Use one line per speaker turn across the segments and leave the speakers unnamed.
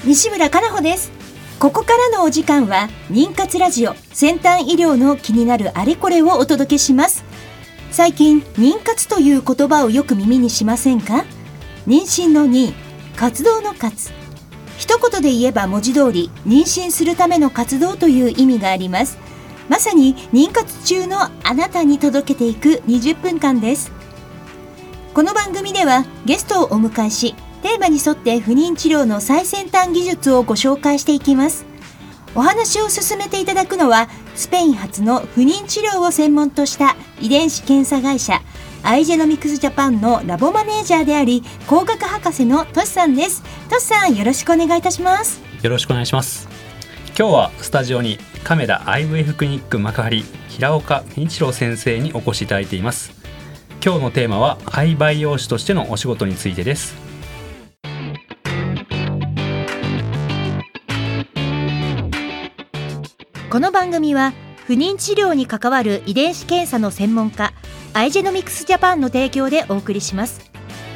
西村かなほです。ここからのお時間は妊活ラジオ、先端医療の気になるあれこれをお届けします。最近妊活という言葉をよく耳にしませんか？妊娠の妊、活動の活。一言で言えば文字通り妊娠するための活動という意味があります。まさに妊活中のあなたに届けていく20分間です。この番組ではゲストをお迎えし、テーマに沿って不妊治療の最先端技術をご紹介していきます。お話を進めていただくのは、スペイン発の不妊治療を専門とした遺伝子検査会社アイジェノミクスジャパンのラボマネージャーであり、工学博士のトシさんです。トシさん、よろしくお願いいたします。
よろしくお願いします。今日はスタジオに亀田 IVF クリニック幕張平岡健一郎先生にお越しいただいています。今日のテーマは胚培養士としてのお仕事についてです。
この番組は不妊治療に関わる遺伝子検査の専門家アイジェノミクスジャパンの提供でお送りします。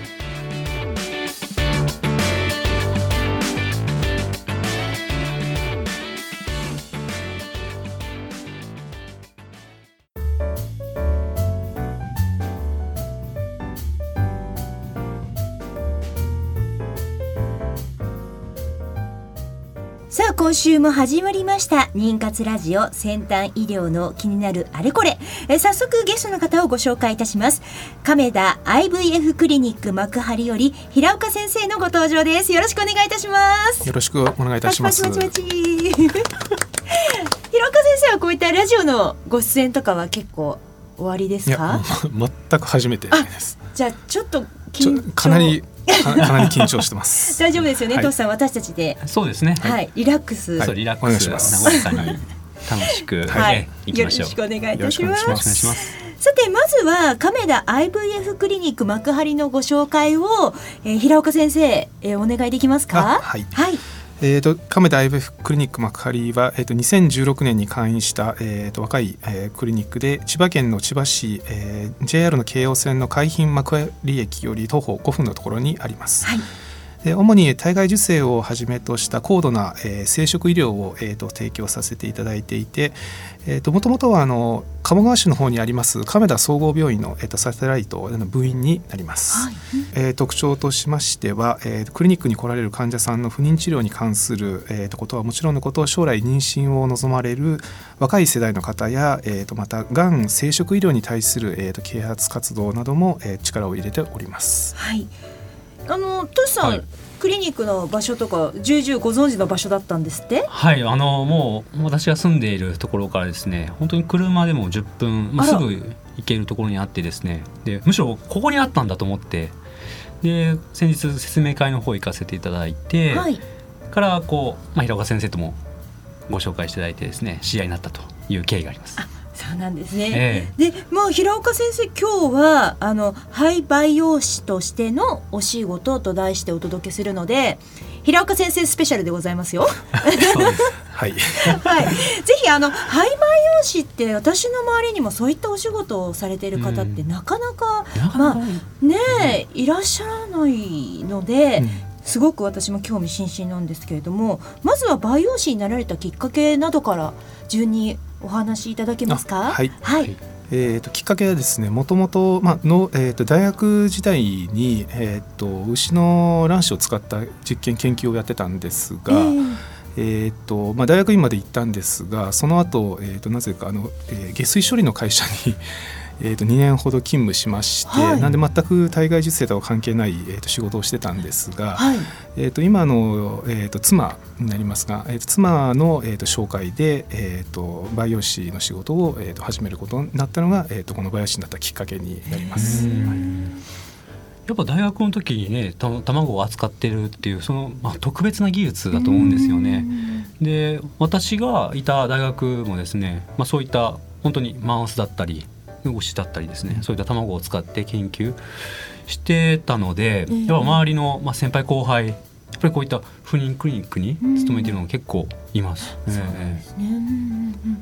さあ、今週も始まりました妊活ラジオ、先端医療の気になるあれこれ。早速ゲストの方をご紹介いたします。亀田 IVF クリニック幕張より平岡先生のご登場です。よろしくお願いいたします。
よろしくお願いいたします。
パチパチパチパチ平岡先生はこういったラジオのご出演とかは結構おありですか？
いや、全く初めてです。
じゃあちょっと
かなり緊張してます
大丈夫ですよね、トシさん。私たちで
そうですね、
はい、リラックス、
リラックス和やかに楽しく、いきましょう。
よろしくお願いいたします。
さ
て、まずは亀田 IVF クリニック幕張のご紹介を、平岡先生、お願いできますか？
はい、亀田 IVF クリニック幕張は、2016年に開院した、若い、クリニックで、千葉県の千葉市、JR の京王線の海浜幕張駅より徒歩5分のところにあります。はい、主に体外受精をはじめとした高度な、生殖医療を、提供させていただいていて、もともとは鴨川市の方にあります亀田総合病院の、サテライトの部員になります。はい、特徴としましては、クリニックに来られる患者さんの不妊治療に関する、ことはもちろんのこと、将来妊娠を望まれる若い世代の方や、またがん生殖医療に対する、啓発活動なども、力を入れております。
はい、トシさん、クリニックの場所とか重々ご存知の場所だったんですって？はい、
もう私が住んでいるところからですね、本当に車でも10分、すぐ行けるところにあってですね、でむしろここにあったんだと思って、で先日説明会の方行かせていただいて、から平岡先生ともご紹介していただいてですね、知り合いになったという経緯があります。
そうなんですね。で、もう平岡先生、今日は胚培養士としてのお仕事と題してお届けするので、平岡先生スペシャルでございますよ。
はい、
はい、ぜひ胚培養士って、私の周りにもそういったお仕事をされている方ってなかなか、いらっしゃらないので、すごく私も興味津々なんですけれども、まずは培養士になられたきっかけなどから順にお話しいただけますか？はい、
きっかけはですね、もともと大学時代に、牛の卵子を使った実験研究をやってたんですが、大学院まで行ったんですが、その後、なぜか下水処理の会社に2年ほど勤務しまして、なんで全く体外受精とは関係ない、仕事をしてたんですが、今の、妻になりますが、妻の、紹介で、培養士の仕事を、始めることになったのが、この培養士になったきっかけになります。
やっぱ大学の時にね、卵を扱ってるっていう特別な技術だと思うんですよね。で、私がいた大学もですね、そういった本当にマウスだったり牛だったりですね、そういった卵を使って研究してたので、やっぱ周りの、先輩後輩、やっぱりこういった不妊クリニックに勤めているのが結構います。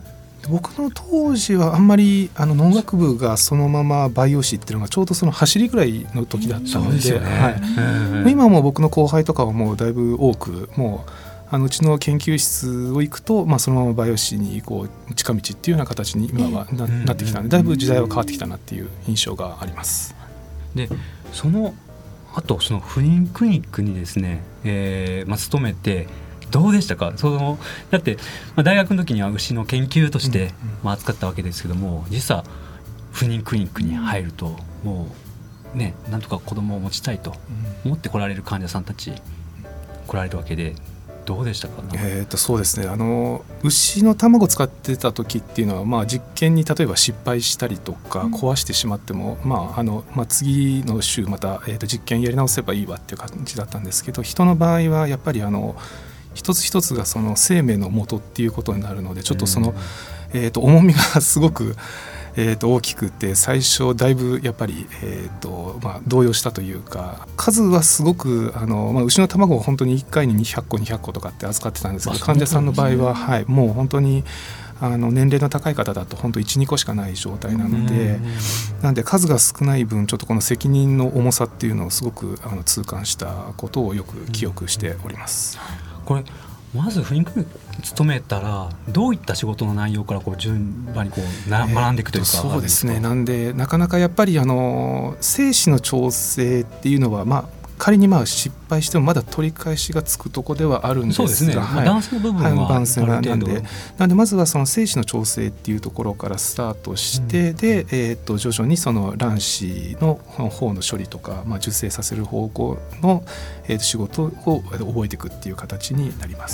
僕の当時はあんまり農学部がそのまま培養士っていうのがちょうどその走りぐらいの時だったので、はい、今も僕の後輩とかはもうだいぶ多くもううちの研究室を行くと、そのまま培養士にこう近道っていうような形に今は なってきたので、だいぶ時代は変わってきたなっていう印象があります。
であとその不妊クリニックにですね、勤めてどうでしたか？だって、大学の時には牛の研究として扱ったわけですけども、実は不妊クリニックに入るともうね、なんとか子供を持ちたいと思って来られる患者さんたち来られるわけで、どうでしたか？
そうですね、牛の卵を使ってた時っていうのは、実験に例えば失敗したりとか壊してしまっても、次の週また、実験やり直せばいいわっていう感じだったんですけど、人の場合はやっぱり一つ一つがその生命の元っていうことになるので、ちょっとその、重みがすごく大きくて、最初だいぶやっぱり、動揺したというか、数はすごく牛の卵を本当に1回に200個とかって預かってたんですけど、患者さんの場合は、もう本当に年齢の高い方だと本当 1,2 個しかない状態なので、なんで数が少ない分ちょっとこの責任の重さっていうのをすごく痛感したことをよく記憶しております。
これまず不妊クリニックに勤めたらどういった仕事の内容から順番に学んでいくというか、
そうですね、なんでなかなかやっぱり精子の調整っていうのは、仮に失敗してもまだ取り返しがつくとこではあるんですが、
そうですね、男性の部分は
男性なんでまずはその精子の調整っていうところからスタートして、で、徐々にその卵子の方の処理とか、受精させる方向の、仕事を覚えていくっていう形になります。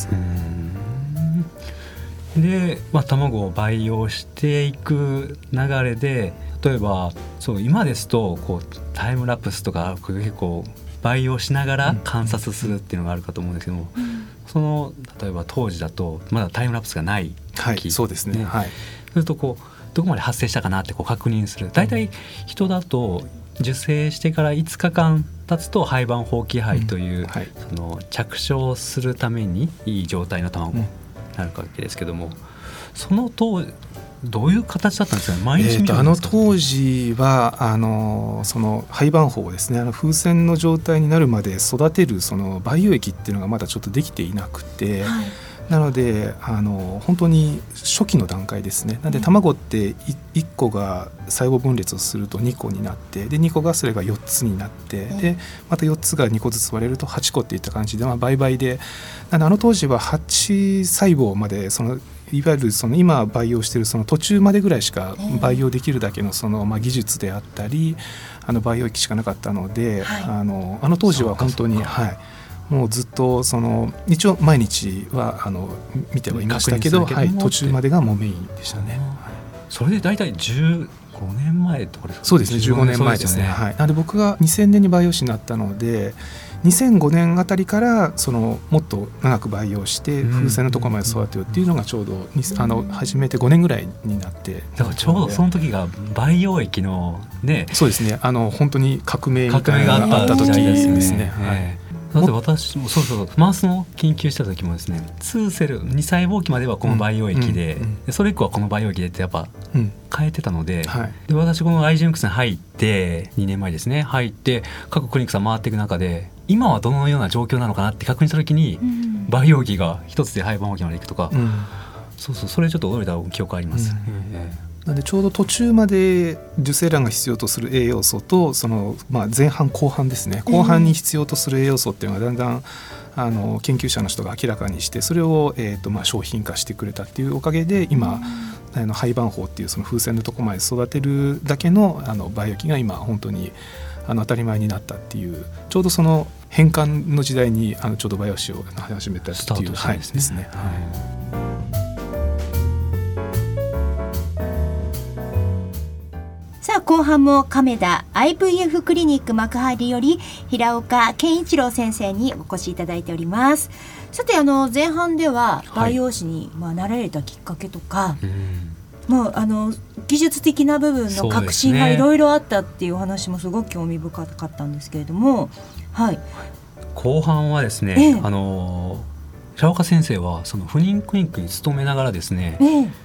で、卵を培養していく流れで、例えば今ですとタイムラプスとか結構培養しながら観察するっていうのがあるかと思うんですけども、例えば当時だとまだタイムラプスがない時、
そうですね、
するとどこまで発生したかなって確認する。大体人だと受精してから5日間経つと胚盤放棄胚という、その着床するためにいい状態の卵になるわけですけども、その当時どういう形だったんですか？毎日見るんですか？
当時はその胚盤胞をですね、風船の状態になるまで育てるその培養液っていうのがまだちょっとできていなくて、なので本当に初期の段階ですね。なので卵って1個が細胞分裂をすると2個になって、で2個がそれが4つになって、でまた4つが2個ずつ割れると8個っていった感じで、倍々で、なので当時は8細胞までいわゆる今培養しているその途中までぐらいしか培養できるだけの技術であったり培養液しかなかったので、当時は本当にもうずっと一応毎日は見てはいましたけど、途中までがもうメインでしたね。
それで大体15年前とかですか？
そうですね、15年前ですね。なので僕が2000年に培養士になったので、2005年あたりからもっと長く培養して風船のところまで育てようっていうのがちょうど始めて5年ぐらいになって、
だからちょうどその時が培養液のね、
そうですね、本当に革命みたいなのがあった時ですね。
だって私もマウスの研究した時もですね、2セル2細胞期まではこの培養液で、それ以降はこの培養液でってやっぱ変えてたので、で私この IGMX に入って2年前ですね、入って各クリニックさん回っていく中で今はどのような状況なのかなって確認した時に、培養液が一つで胚盤放棄までいくとか、それちょっと驚いた記憶あります。
なのでちょうど途中まで受精卵が必要とする栄養素と前半後半ですね、後半に必要とする栄養素っていうのがだんだん研究者の人が明らかにして、それを商品化してくれたっていうおかげで今胚盤胞っていうその風船のところまで育てるだけの培養液が今本当に当たり前になったっていう、ちょうどその変換の時代にちょうど培養士を始めたっていうですね。
さあ後半も亀田 IVF クリニック幕張より平岡健一郎先生にお越しいただいております。さて前半では培養士になられたきっかけとか、技術的な部分の革新がいろいろあったっていうお話もすごく興味深かったんですけれども、
後半はですね、平岡先生はその不妊クリニックに勤めながらですね、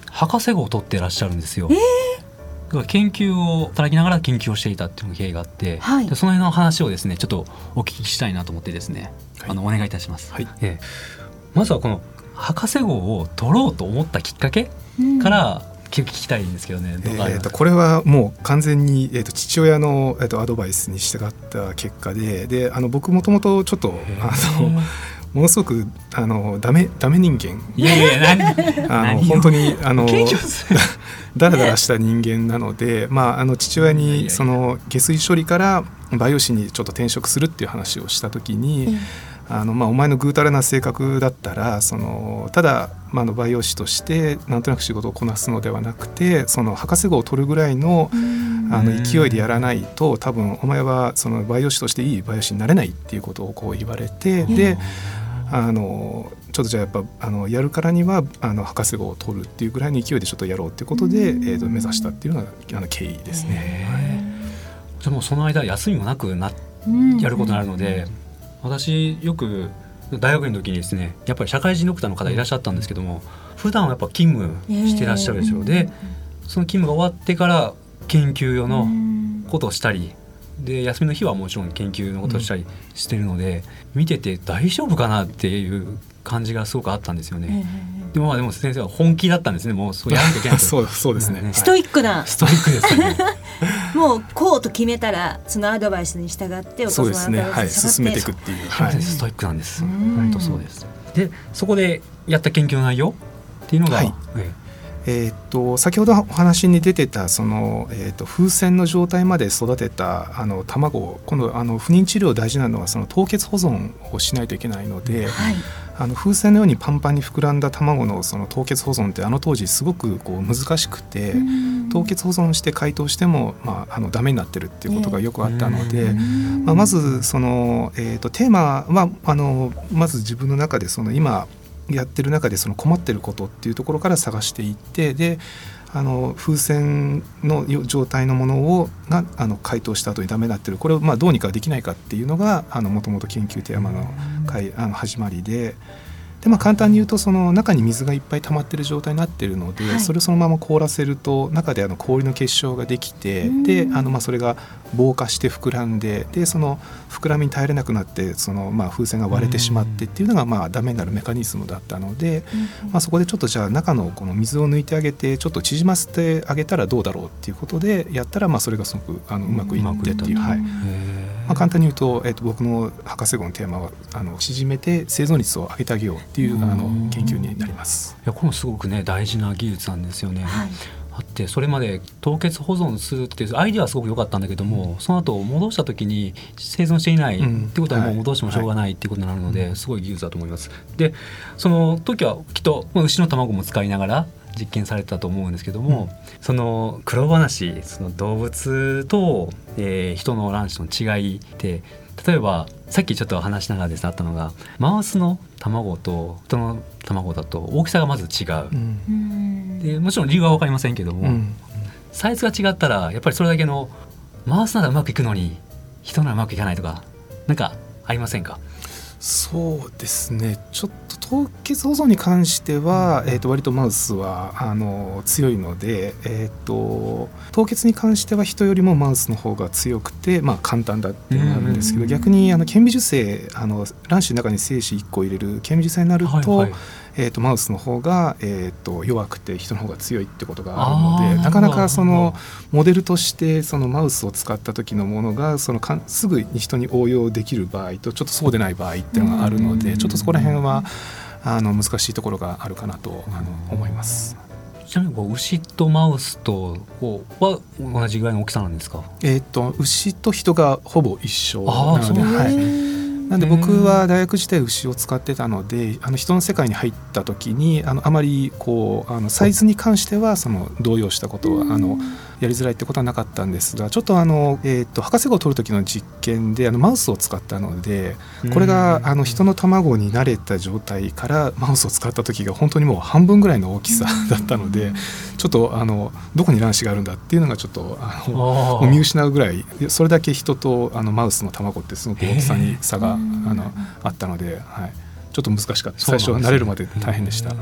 博士号を取ってらっしゃるんですよ。だから研究を働きながら研究をしていたっていう経緯があって、
はい、
でその辺の話をですねちょっとお聞きしたいなと思ってですね、お願いいたします。まずはこの博士号を取ろうと思ったきっかけから聞きたいんですけどね。
これはもう完全に、父親の、アドバイスに従った結果で、僕もともとちょっとものすごくダメ人間、本当にダラダラした人間なので、父親にその下水処理から培養士にちょっと転職するっていう話をした時に、お前のぐうたらな性格だったらただ、培養士としてなんとなく仕事をこなすのではなくて、その博士号を取るぐらいの勢いでやらないと多分お前はその培養士としていい培養士になれないっていうことをこう言われて、でちょっとじゃあやっぱやるからには博士号を取るっていうぐらいの勢いでちょっとやろうっていうことで、目指したっていうのが経緯ですね。
じゃあもうその間休みもなくやることになるので、私よく大学の時にですねやっぱり社会人ドクターの方いらっしゃったんですけども、普段はやっぱ勤務してらっしゃるでしょう。でその勤務が終わってから研究用のことをしたりで、休みの日はもちろん研究のことをしたりしてるので、見てて大丈夫かなっていう感じがすごくあったんですよね。でも先生は本気だったんですね。もうそうやらなきゃいけない
そうですね、
ストイックな、
ストイックですね
もうこうと決めたらそのアドバイスに従ってお子様のアドバイスに従って、
進めていくっていう、
ストイックなんです。本当そうです。でそこでやった研究の内容っていうのが、
先ほどお話に出てたその、風船の状態まで育てた卵を、今度不妊治療大事なのはその凍結保存をしないといけないので、風船のようにパンパンに膨らんだ卵のその凍結保存って当時すごくこう難しくて、凍結保存して解凍しても、ダメになってるっていうことがよくあったので、まずその、テーマはまず自分の中でその今やってる中でその困ってることっていうところから探していって、で風船の状態のものが解凍した後にダメになってる、これをどうにかできないかっていうのがもともと研究テーマの始まりで、簡単に言うとその中に水がいっぱい溜まってる状態になってるので、それをそのまま凍らせると中で氷の結晶ができて、でそれが膨化して膨らんで、でその膨らみに耐えれなくなってその風船が割れてしまってっていうのがダメになるメカニズムだったので、そこでちょっとじゃあ中のこの水を抜いてあげてちょっと縮ませてあげたらどうだろうっていうことでやったら、それがすごくうまくいってっていう、簡単に言うと、僕の博士号のテーマは縮めて生存率を上げてあげようっていう研究になります。
いやこれもすごくね大事な技術なんですよね。あってそれまで凍結保存するっていうアイデアはすごく良かったんだけども、その後戻した時に生存していないってことはもう戻してもしょうがないっていうことになるので、すごい技術だと思います。でその時はきっと牛の卵も使いながら実験されてたと思うんですけども、その苦労話、その動物と、人の卵子の違いって例えばさっきちょっと話しながらですねあったのが、マウスの卵と人の卵だと大きさがまず違う、でもちろん理由は分かりませんけども、サイズが違ったらやっぱりそれだけのマウスならうまくいくのに人ならうまくいかないとかなんかありませんか？
そうですね、ちょっと凍結保存に関しては、割とマウスは強いので、凍結に関しては人よりもマウスの方が強くて、簡単だっていうのがあるんですけど、逆に顕微授精卵子の中に精子1個入れる顕微授精になると、マウスの方が、弱くて人の方が強いってことがあるので、なかなかそのモデルとしてそのマウスを使った時のものがすぐに人に応用できる場合とちょっとそうでない場合っていうのがあるので、ちょっとそこら辺は難しいところがあるかなと思います。
ちなみに牛とマウスとは同じぐらいの大きさなんですか？
牛と人がほぼ一緒なので、なんで僕は大学時代牛を使ってたので、人の世界に入った時にあまりサイズに関しては動揺したことはやりづらいってことはなかったんですが、ちょっと博士号を取る時の実験でマウスを使ったので、これが人の卵に慣れた状態からマウスを使った時が本当にもう半分ぐらいの大きさだったので、ちょっとどこに卵子があるんだっていうのがちょっと見失うぐらい、それだけ人とマウスの卵ってすごく大きさに差があったので、ちょっと難しかった。最初は慣れるまで大変でした。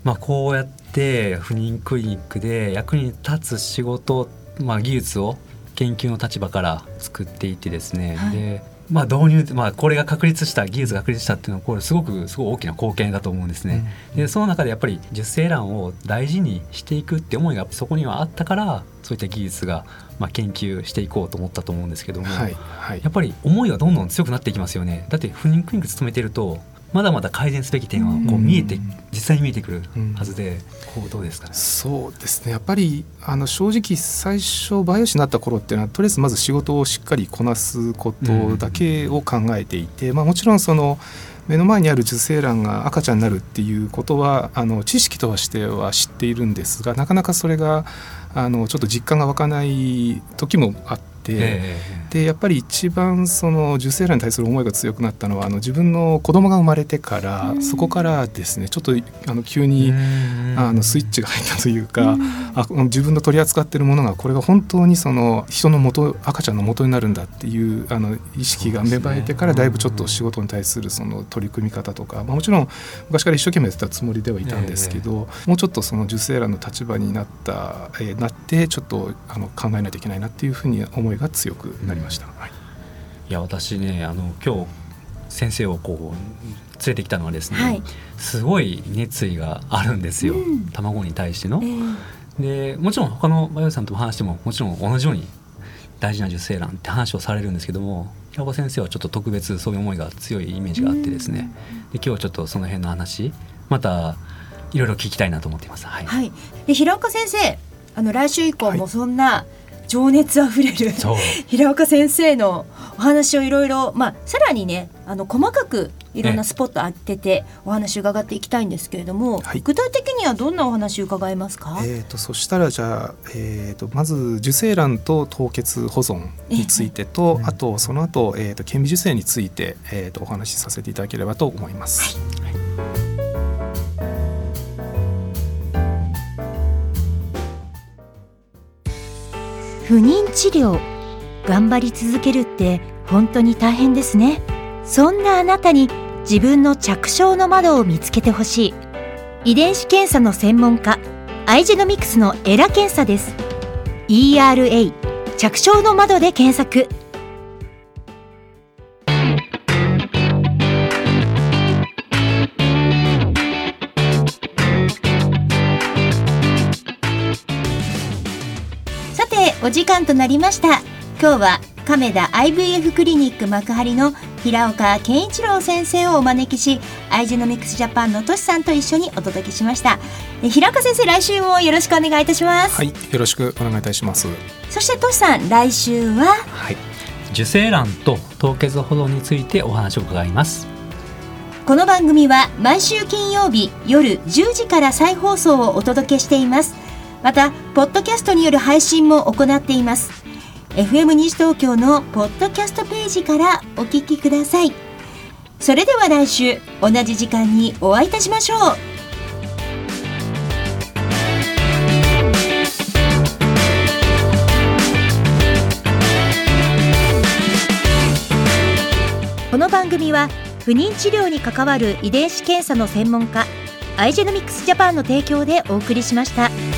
こうやって不妊クリニックで役に立つ仕事、技術を研究の立場から作っていってですね、
はい、
で導入、これが確立した技術が確立したっていうのはこれすごい大きな貢献だと思うんですね、でその中でやっぱり受精卵を大事にしていくって思いがそこにはあったから、そういった技術が研究していこうと思ったと思うんですけども、
はいはい、
やっぱり思いがどんどん強くなっていきますよね。だって不妊クリニック勤めてるとまだまだ改善すべき点は実際に見えてくるはずで、どうですかね。
そうですね、やっぱり正直最初バイオ師になった頃っていうのはとりあえずまず仕事をしっかりこなすことだけを考えていて、もちろんその目の前にある受精卵が赤ちゃんになるっていうことは知識としては知っているんですが、なかなかそれがちょっと実感が湧かない時もあって、でやっぱり一番その受精卵に対する思いが強くなったのは自分の子供が生まれてから、そこからですねちょっと急にスイッチが入ったというか、自分の取り扱っているものがこれが本当にその人の元、赤ちゃんの元になるんだっていう意識が芽生えてから、だいぶちょっと仕事に対するその取り組み方とか、もちろん昔から一生懸命やってたつもりではいたんですけど、もうちょっとその受精卵の立場になってちょっと考えないといけないなっていうふうに思いが強くなりました、はい、
いや私ね今日先生を連れてきたのはですね、はい、すごい熱意があるんですよ、卵に対しての、でもちろん他のバイオさんとも話してももちろん同じように大事な受精卵って話をされるんですけども、平岡先生はちょっと特別そういう思いが強いイメージがあってですね、で今日はちょっとその辺の話またいろいろ聞きたいなと思っています、はいはい、
で平岡先生来週以降もそんな情熱あふれる、平岡先生のお話をいろいろさらにね細かくいろんなスポット当ててお話伺っていきたいんですけれども、具体的にはどんなお話伺えますか。
そしたらじゃあ、まず受精卵と凍結保存についてと、あとその後、顕微授精について、お話しさせていただければと思います、
不妊治療、頑張り続けるって本当に大変ですね。そんなあなたに自分の着床の窓を見つけてほしい。遺伝子検査の専門家アイジェノミクスのエラ検査です。 ERA 着床の窓で検索。さてお時間となりました。今日は亀田 IVF クリニック幕張の平岡健一郎先生をお招きし、アイジェノミクスジャパンのとしさんと一緒にお届けしました。平岡先生、来週もよろしくお願いいたします。
はい、よろしくお願いいたします。
そしてとしさん、来週は、
受精卵と凍結保存についてお話を伺います。
この番組は毎週金曜日夜10時から再放送をお届けしています。またポッドキャストによる配信も行っています。 FM 西東京のポッドキャストページからお聞きください。それでは来週同じ時間にお会いいたしましょう。この番組は不妊治療に関わる遺伝子検査の専門家アイジェノミクスジャパンの提供でお送りしました。